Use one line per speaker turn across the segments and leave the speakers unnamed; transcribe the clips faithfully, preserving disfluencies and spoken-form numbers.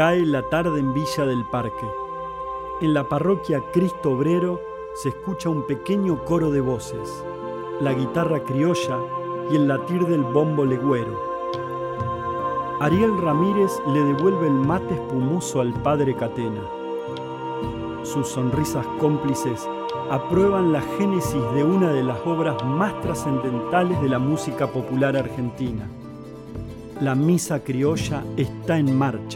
Cae la tarde en Villa del Parque. En la parroquia Cristo Obrero se escucha un pequeño coro de voces, la guitarra criolla y el latir del bombo legüero. Ariel Ramírez le devuelve el mate espumoso al padre Catena. Sus sonrisas cómplices aprueban la génesis de una de las obras más trascendentales de la música popular argentina. La misa criolla está en marcha.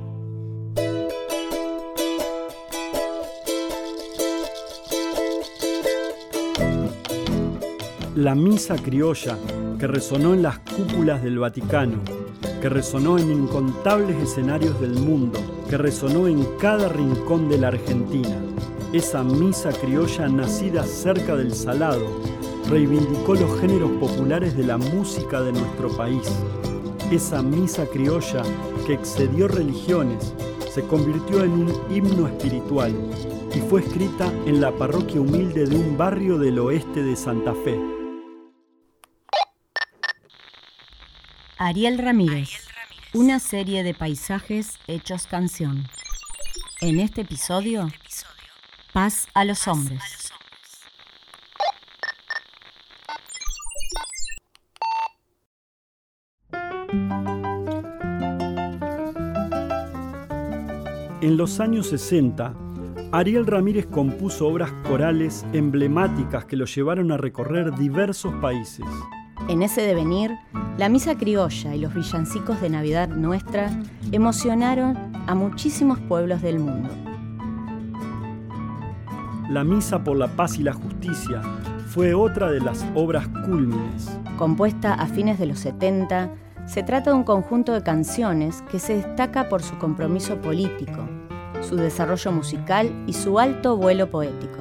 La misa criolla que resonó en las cúpulas del Vaticano, que resonó en incontables escenarios del mundo, que resonó en cada rincón de la Argentina. Esa misa criolla nacida cerca del Salado reivindicó los géneros populares de la música de nuestro país. Esa misa criolla que excedió religiones se convirtió en un himno espiritual y fue escrita en la parroquia humilde de un barrio del oeste de Santa Fe.
Ariel Ramírez, una serie de paisajes hechos canción. En este episodio, Paz a los hombres.
En los años sesenta, Ariel Ramírez compuso obras corales emblemáticas que lo llevaron a recorrer diversos países.
En ese devenir, la misa criolla y los villancicos de Navidad nuestra emocionaron a muchísimos pueblos del mundo.
La Misa por la Paz y la Justicia fue otra de las obras cúlmines.
Compuesta a fines de los setenta, se trata de un conjunto de canciones que se destaca por su compromiso político, su desarrollo musical y su alto vuelo poético.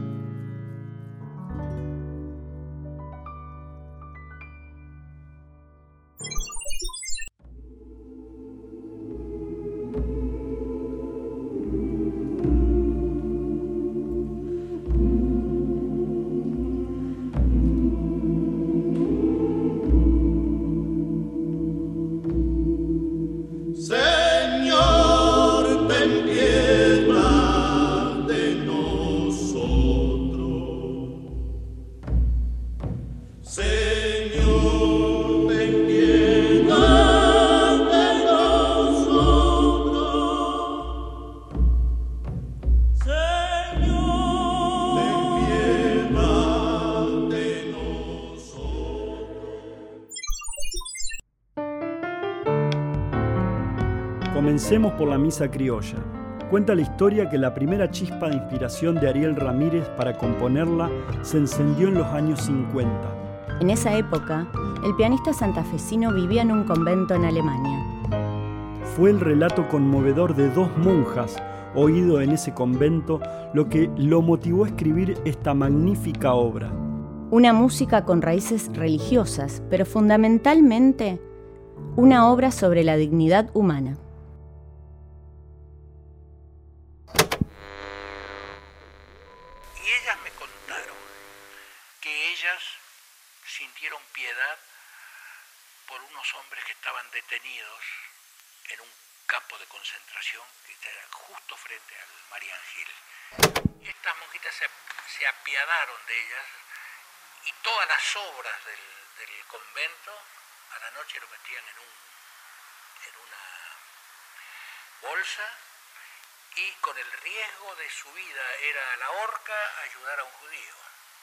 Comencemos por la misa criolla. Cuenta la historia que la primera chispa de inspiración de Ariel Ramírez para componerla se encendió en los años cincuenta.
En esa época, el pianista santafesino vivía en un convento en Alemania.
Fue el relato conmovedor de dos monjas oído en ese convento lo que lo motivó a escribir esta magnífica obra.
Una música con raíces religiosas, pero fundamentalmente una obra sobre la dignidad humana.
Sintieron piedad por unos hombres que estaban detenidos en un campo de concentración que era justo frente al Mariangel. Y estas monjitas se, se apiadaron de ellas y todas las obras del, del convento a la noche lo metían en, un, en una bolsa y con el riesgo de su vida era a la horca ayudar a un judío.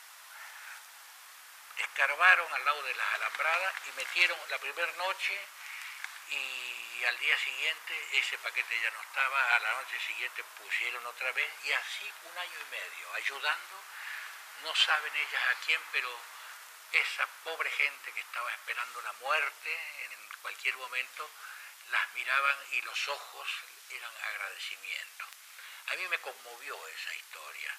Escarbaron al lado de las alambradas y metieron la primera noche y al día siguiente ese paquete ya no estaba, a la noche siguiente pusieron otra vez y así un año y medio ayudando, no saben ellas a quién, pero esa pobre gente que estaba esperando la muerte en cualquier momento, las miraban y los ojos eran agradecimiento. A mí me conmovió esa historia.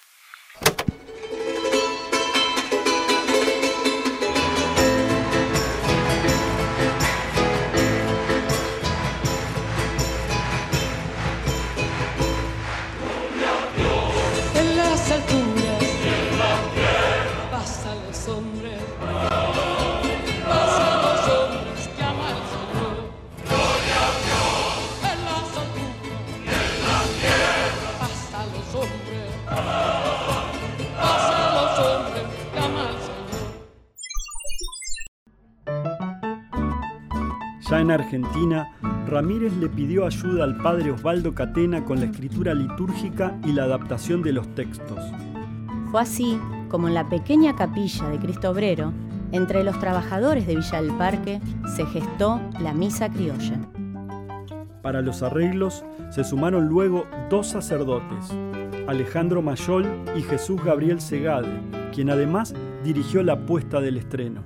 Ya en Argentina, Ramírez le pidió ayuda al padre Osvaldo Catena con la escritura litúrgica y la adaptación de los textos.
Fue así como en la pequeña capilla de Cristo Obrero, entre los trabajadores de Villa del Parque, se gestó la Misa Criolla.
Para los arreglos se sumaron luego dos sacerdotes, Alejandro Mayol y Jesús Gabriel Segade, quien además dirigió la puesta del estreno.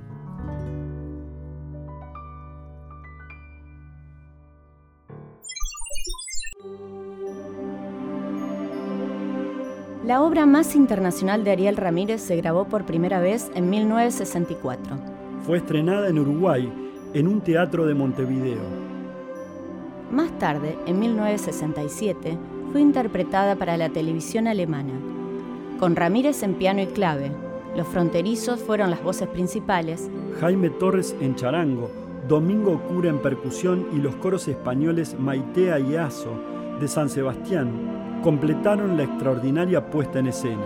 La obra más internacional de Ariel Ramírez se grabó por primera vez en mil novecientos sesenta y cuatro.
Fue estrenada en Uruguay, en un teatro de Montevideo.
Más tarde, en mil novecientos sesenta y siete, fue interpretada para la televisión alemana. Con Ramírez en piano y clave, los fronterizos fueron las voces principales,
Jaime Torres en charango, Domingo Cura en percusión y los coros españoles Maitea y Aso, de San Sebastián, completaron la extraordinaria puesta en escena.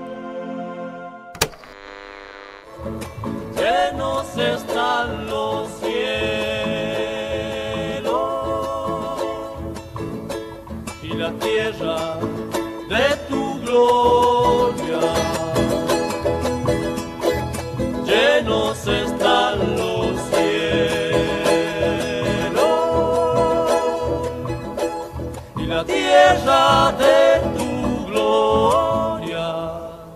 Llenos están los cielos y la tierra de tu gloria. Llenos están los cielos y la tierra de tu gloria.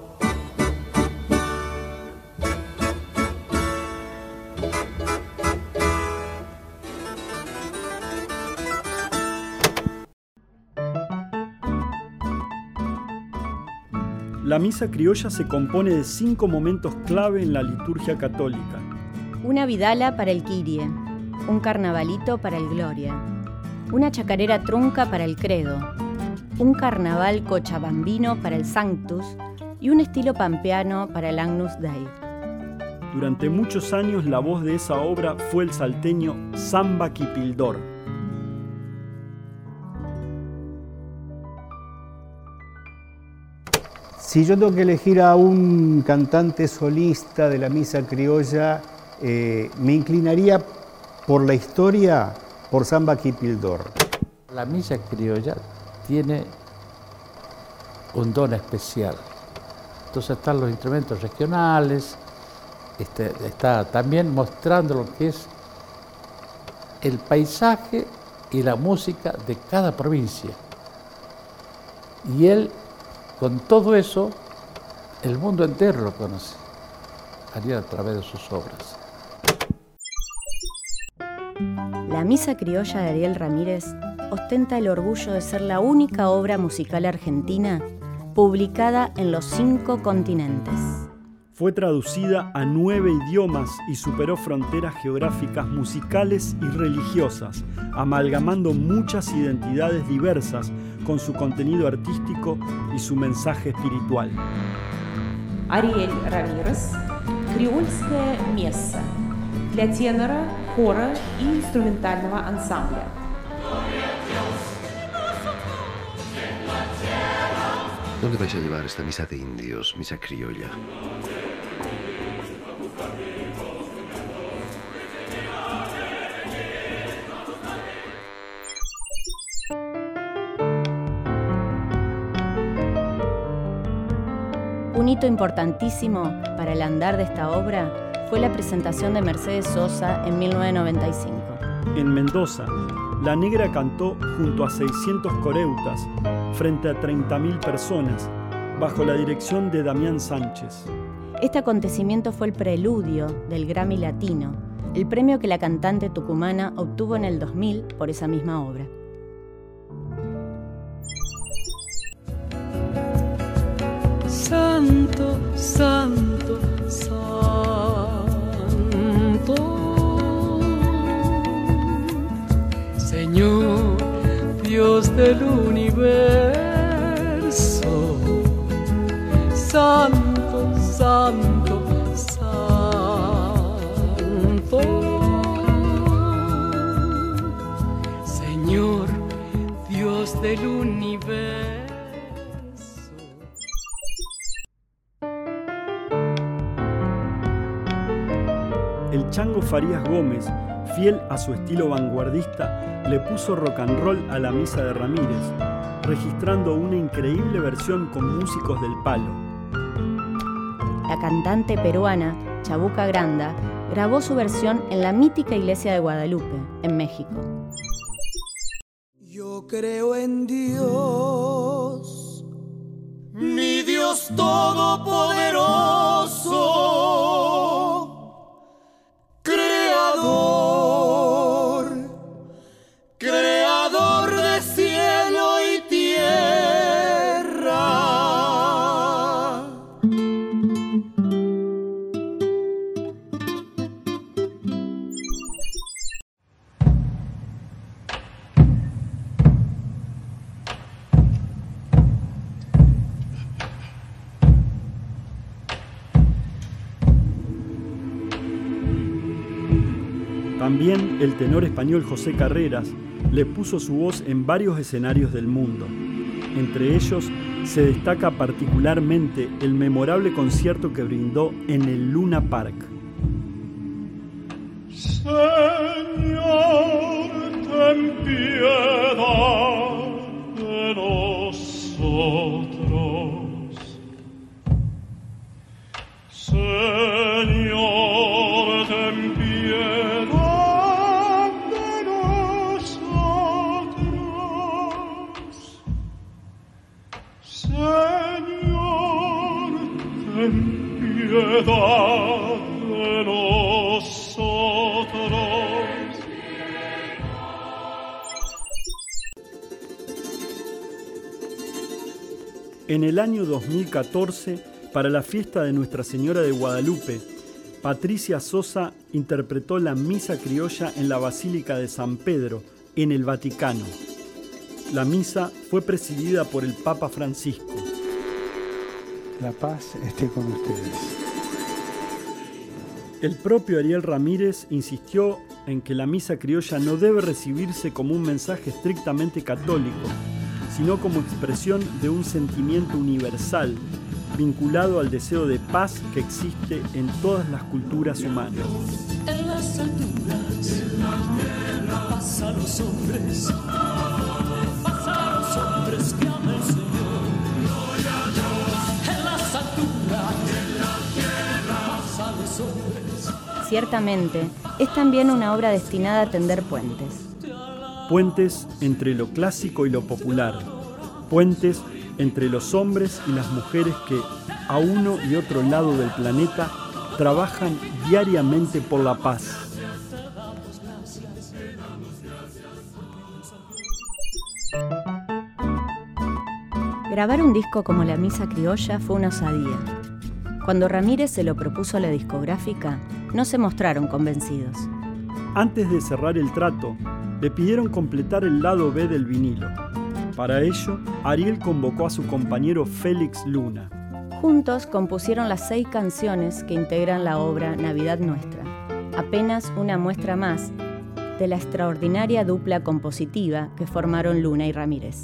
La misa criolla se compone de cinco momentos clave en la liturgia católica.
una vidala para el Kyrie, un carnavalito para el Gloria, una chacarera trunca para el Credo, un carnaval cochabambino para el Sanctus y un estilo pampeano para el Agnus Dei.
Durante muchos años la voz de esa obra fue el salteño Samba Kipildor.
Si yo tengo que elegir a un cantante solista de la misa criolla, eh, me inclinaría por la historia por Samba Kipildor.
La misa criolla tiene un don especial. Entonces están los instrumentos regionales, este, está también mostrando lo que es el paisaje y la música de cada provincia. Y él, con todo eso, el mundo entero lo conoce, Ariel a través de sus obras.
La Misa Criolla de Ariel Ramírez ostenta el orgullo de ser la única obra musical argentina publicada en los cinco continentes.
Fue traducida a nueve idiomas y superó fronteras geográficas musicales y religiosas, amalgamando muchas identidades diversas con su contenido artístico y su mensaje espiritual.
Ariel Ramírez, Креольская месса для тенора, хора и инструментального ансамбля.
¿Dónde vais a llevar esta misa de indios, misa criolla?
Un hito importantísimo para el andar de esta obra fue la presentación de Mercedes Sosa en mil novecientos noventa y cinco.
En Mendoza, La Negra cantó junto a seiscientos coreutas frente a treinta mil personas, bajo la dirección de Damián Sánchez.
Este acontecimiento fue el preludio del Grammy Latino, el premio que la cantante tucumana obtuvo en el dos mil por esa misma obra.
Santo, santo, santo, Señor, Dios del universo, santo, santo, santo, Señor, Dios del universo.
El Chango Farías Gómez fiel a su estilo vanguardista, le puso rock and roll a la misa de Ramírez, registrando una increíble versión con músicos del palo.
La cantante peruana Chabuca Granda grabó su versión en la mítica iglesia de Guadalupe, en México.
Yo creo en Dios, mi Dios todopoderoso, creador, creador de cielo y tierra.
También el tenor español José Carreras le puso su voz en varios escenarios del mundo. Entre ellos se destaca particularmente el memorable concierto que brindó en el Luna Park.
Señor, ten piedad de nosotros. Señor, ten piedad de nosotros. Señor, ten piedad de nosotros.
En el año dos mil catorce, para la fiesta de Nuestra Señora de Guadalupe, Patricia Sosa interpretó la Misa Criolla en la Basílica de San Pedro, en el Vaticano. La misa fue presidida por el Papa Francisco.
La paz esté con ustedes.
El propio Ariel Ramírez insistió en que la misa criolla no debe recibirse como un mensaje estrictamente católico, sino como expresión de un sentimiento universal, vinculado al deseo de paz que existe en todas las culturas humanas.
En las alturas, paz a los hombres, paz a los hombres que ama el Señor. En las alturas, paz a los hombres.
Ciertamente, es también una obra destinada a tender puentes.
Puentes entre lo clásico y lo popular. Puentes entre los hombres y las mujeres que, a uno y otro lado del planeta, trabajan diariamente por la paz.
Grabar un disco como La Misa Criolla fue una osadía. Cuando Ramírez se lo propuso a la discográfica, no se mostraron convencidos.
Antes de cerrar el trato, le pidieron completar el lado B del vinilo. Para ello, Ariel convocó a su compañero Félix Luna.
Juntos compusieron las seis canciones que integran la obra Navidad Nuestra, apenas una muestra más de la extraordinaria dupla compositiva que formaron Luna y Ramírez.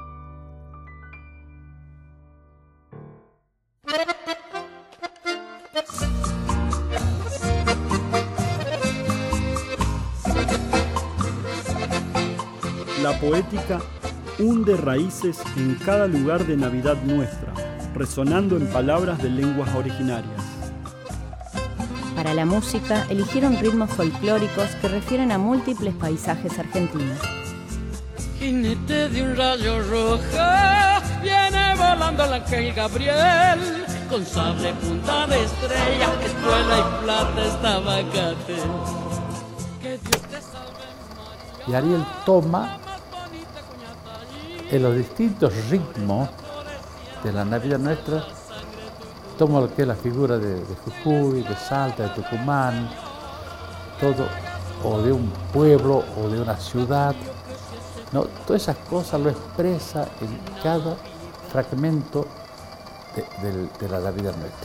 La poética hunde raíces en cada lugar de Navidad Nuestra, resonando en palabras de lenguas originarias.
Para la música, eligieron ritmos folclóricos que refieren a múltiples paisajes argentinos.
Jinete de un rayo rojo, viene volando el ángel Gabriel, con sable punta de estrella, espuela y plata esta abacate. Que Dios te salve, María.
Y Ariel toma en los distintos ritmos de la Navidad Nuestra, toma lo que es la figura de, de Jujuy, de Salta, de Tucumán, todo, o de un pueblo o de una ciudad. No, todas esas cosas lo expresa en cada fragmento de, de, de la Navidad Nuestra.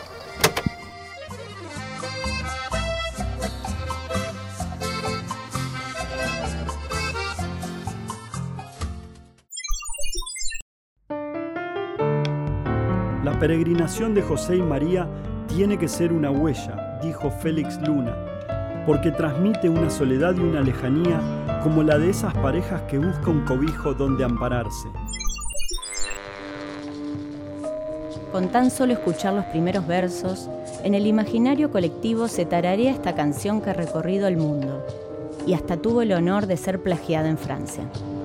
La peregrinación de José y María tiene que ser una huella, dijo Félix Luna, porque transmite una soledad y una lejanía como la de esas parejas que buscan un cobijo donde ampararse.
Con tan solo escuchar los primeros versos, en el imaginario colectivo se tararea esta canción que ha recorrido el mundo y hasta tuvo el honor de ser plagiada en Francia.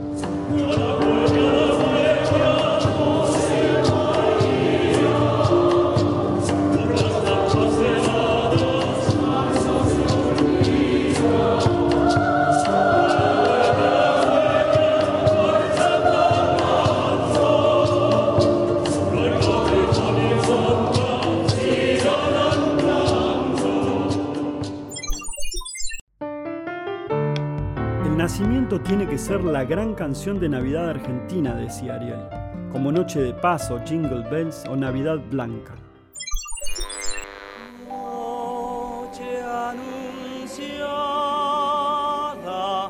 El nacimiento tiene que ser la gran canción de Navidad argentina, decía Ariel, como Noche de Paz o Jingle Bells o Navidad Blanca.
Noche anunciada,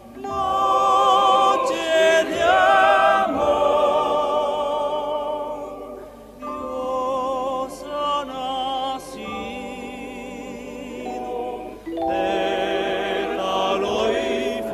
noche de amor, Dios ha nacido, pétalo y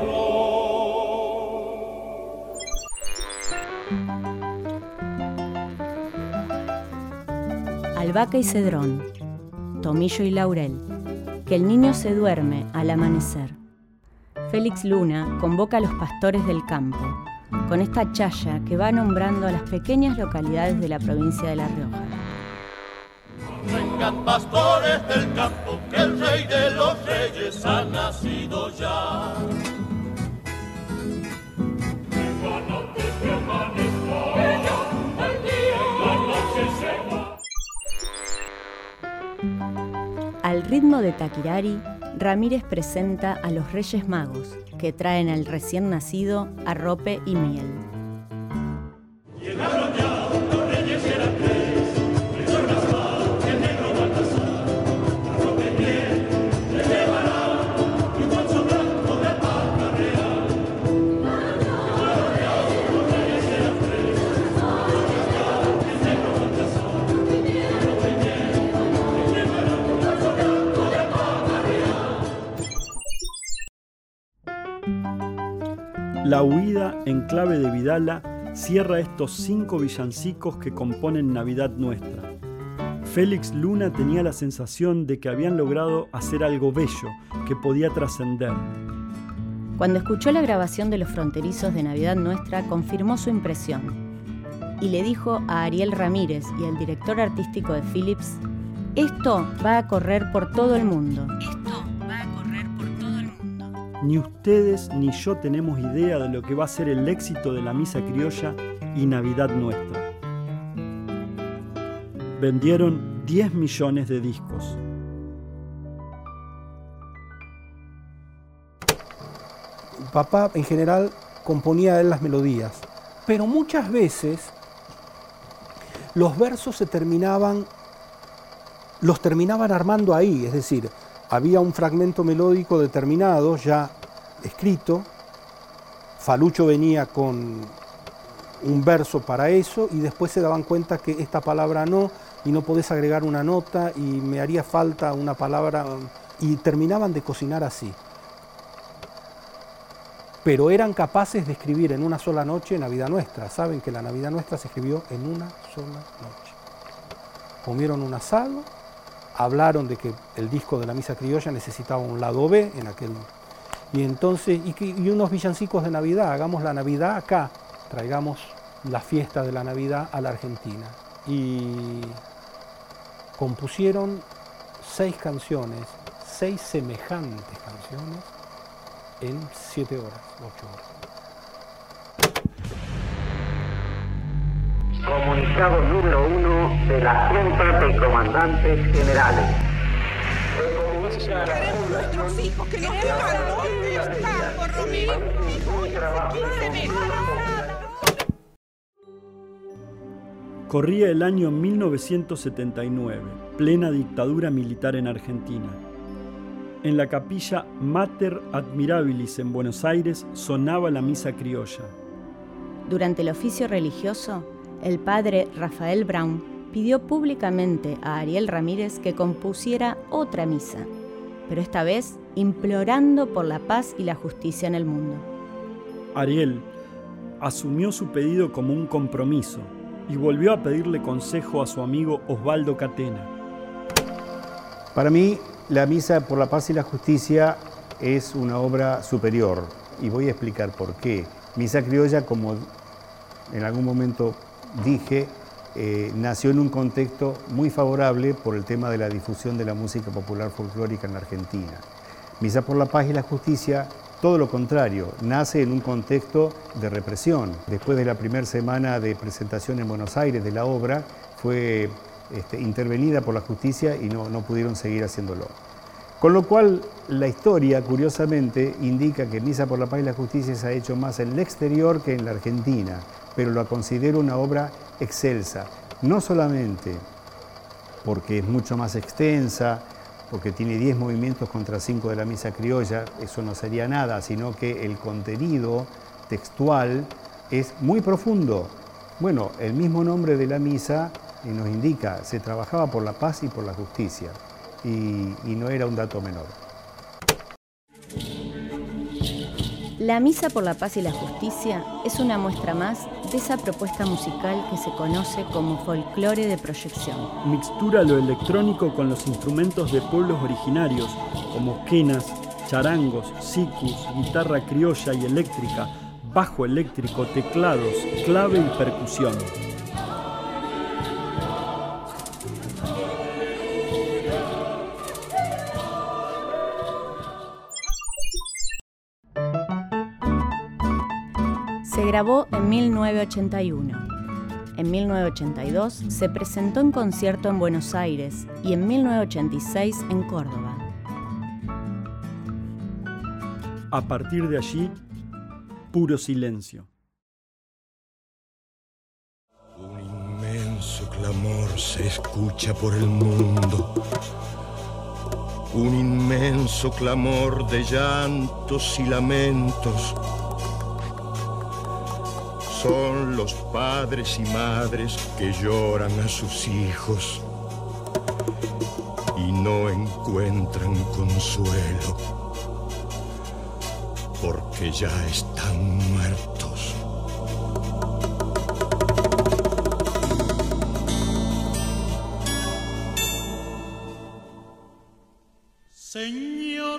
Albahaca y cedrón, tomillo y laurel, que el niño se duerme al amanecer. Félix Luna convoca a los pastores del campo, con esta chaya que va nombrando a las pequeñas localidades de la provincia de La Rioja.
Vengan pastores del campo, que el rey de los reyes ha nacido ya.
Al ritmo de Taquirari, Ramírez presenta a los Reyes Magos, que traen al recién nacido arrope y miel.
Llegaron ya los reyes eran tres, el sol Gaspar, el negro Baltasar, arrope y miel le llevarán y un manso blanco de paja real. Llegaron ya los reyes eran tres, el sol Gaspar, el negro Baltasar, arrope y miel le llevarán un manso blanco de paja real.
La huida en clave de Vidala cierra estos cinco villancicos que componen Navidad Nuestra. Félix Luna tenía la sensación de que habían logrado hacer algo bello, que podía trascender.
Cuando escuchó la grabación de Los Fronterizos de Navidad Nuestra, confirmó su impresión y le dijo a Ariel Ramírez y al director artístico de Philips: esto va a correr por todo el mundo. Esto va a correr por todo el mundo.
Ni ustedes ni yo tenemos idea de lo que va a ser el éxito de la Misa Criolla y Navidad Nuestra. Vendieron diez millones de discos.
Papá en general componía él las melodías, pero muchas veces los versos se terminaban, los terminaban armando ahí, es decir, había un fragmento melódico determinado ya escrito, Falucho venía con un verso para eso y después se daban cuenta que esta palabra no, y no podés agregar una nota y me haría falta una palabra, y terminaban de cocinar así. Pero eran capaces de escribir en una sola noche Navidad Nuestra. Saben que la Navidad Nuestra se escribió en una sola noche. Comieron un asado, hablaron de que el disco de la Misa Criolla necesitaba un lado B en aquel... Y entonces, y, que, y unos villancicos de Navidad, hagamos la Navidad acá, traigamos la fiesta de la Navidad a la Argentina. Y compusieron seis canciones, seis semejantes canciones, en siete horas, ocho horas.
Comunicado número uno de la Junta de Comandantes Generales.
Queremos nuestros hijos que nos dejaron. ¿Dónde están, Borromín?
Corría el año mil novecientos setenta y nueve, plena dictadura militar en Argentina. En la capilla Mater Admirabilis en Buenos Aires sonaba la Misa Criolla.
Durante el oficio religioso, el padre Rafael Brown pidió públicamente a Ariel Ramírez que compusiera otra misa, pero esta vez implorando por la paz y la justicia en el mundo.
Ariel asumió su pedido como un compromiso y volvió a pedirle consejo a su amigo Osvaldo Catena.
Para mí, la Misa por la Paz y la Justicia es una obra superior y voy a explicar por qué. Misa criolla, como en algún momento dije, eh, nació en un contexto muy favorable por el tema de la difusión de la música popular folclórica en la Argentina. Misa por la Paz y la Justicia, todo lo contrario, nace en un contexto de represión. Después de la primera semana de presentación en Buenos Aires de la obra, fue este, intervenida por la justicia y no, no pudieron seguir haciéndolo. Con lo cual, la historia, curiosamente, indica que Misa por la Paz y la Justicia se ha hecho más en el exterior que en la Argentina, pero la considero una obra excelsa, no solamente porque es mucho más extensa, porque tiene diez movimientos contra cinco de la Misa criolla, eso no sería nada, sino que el contenido textual es muy profundo. Bueno, el mismo nombre de la misa nos indica, se trabajaba por la paz y por la justicia, y, y no era un dato menor.
La Misa por la Paz y la Justicia es una muestra más de esa propuesta musical que se conoce como folclore de proyección.
Mixtura lo electrónico con los instrumentos de pueblos originarios, como quenas, charangos, sicus, guitarra criolla y eléctrica, bajo eléctrico, teclados, clave y percusión.
Se grabó en mil novecientos ochenta y uno. En mil novecientos ochenta y dos se presentó en concierto en Buenos Aires y en mil novecientos ochenta y seis en Córdoba.
A partir de allí, puro silencio.
Un inmenso clamor se escucha por el mundo. Un inmenso clamor de llantos y lamentos. Son los padres y madres que lloran a sus hijos y no encuentran consuelo porque ya están muertos.
Señor,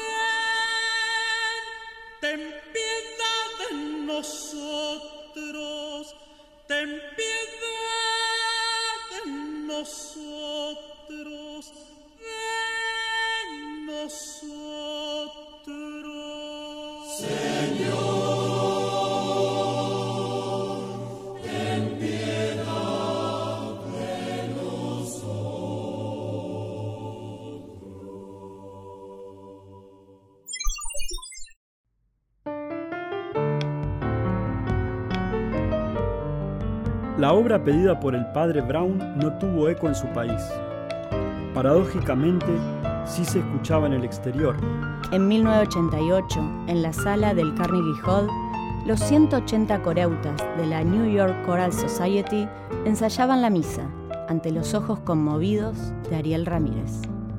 ten, ten piedad de nosotros, ten piedad de nosotros, de nosotros. Señor, ten piedad de
La obra pedida por el padre Brown no tuvo eco en su país. Paradójicamente, sí se escuchaba en el exterior.
En mil novecientos ochenta y ocho, en la sala del Carnegie Hall, los ciento ochenta coreutas de la New York Choral Society ensayaban la misa ante los ojos conmovidos de Ariel Ramírez.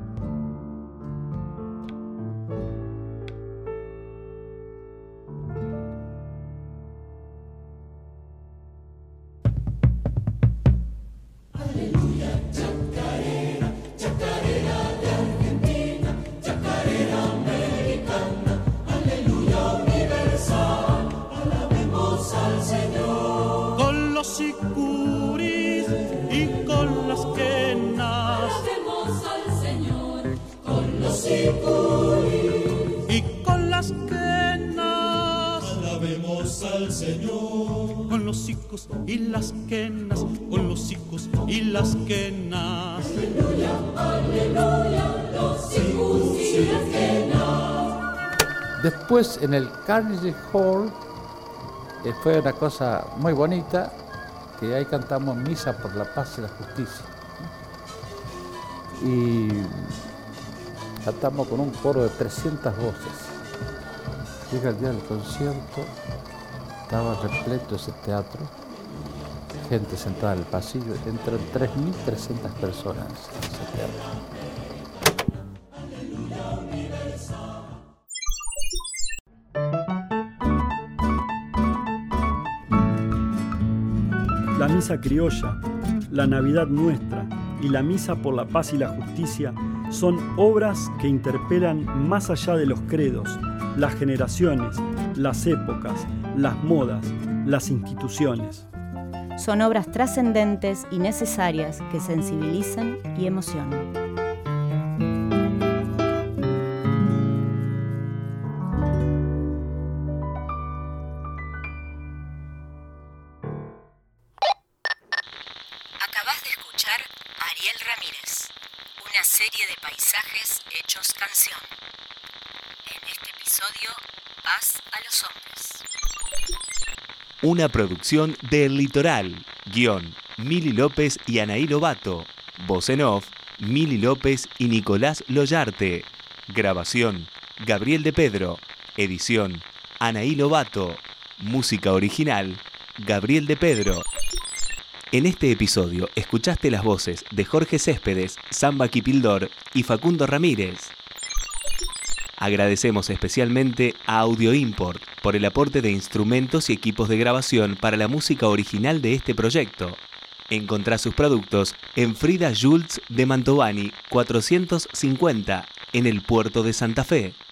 sicuris y con las quenas.
Alabemos al Señor con los sicuris
y con las quenas.
Alabemos al Señor
con los sicus y las quenas, con los sicus y las quenas.
Aleluya, aleluya, los sicus y las quenas.
Después en el Carnegie Hall eh, fue una cosa muy bonita, que ahí cantamos Misa por la Paz y la Justicia. Y cantamos con un coro de trescientas voces. Llega el día del concierto, estaba repleto ese teatro, gente sentada en el pasillo, entran tres mil trescientas personas en ese teatro.
Aleluya.
La Misa Criolla, La Navidad Nuestra y La Misa por la Paz y la Justicia son obras que interpelan más allá de los credos, las generaciones, las épocas, las modas, las instituciones.
Son obras trascendentes y necesarias que sensibilizan y emocionan.
Acabás de escuchar Ariel Ramírez, una serie de paisajes hechos canción. En este episodio, Paz a los hombres.
Una producción de El Litoral. Guión, Mili López y Anaí Lobato. Voz en off, Mili López y Nicolás Loyarte. Grabación, Gabriel de Pedro. Edición, Anaí Lobato. Música original, Gabriel de Pedro. En este episodio escuchaste las voces de Jorge Céspedes, Samba Kipildor y Facundo Ramírez. Agradecemos especialmente a Audio Import por el aporte de instrumentos y equipos de grabación para la música original de este proyecto. Encontrá sus productos en Frida Schultz de Mantovani cuatrocientos cincuenta, en el puerto de Santa Fe.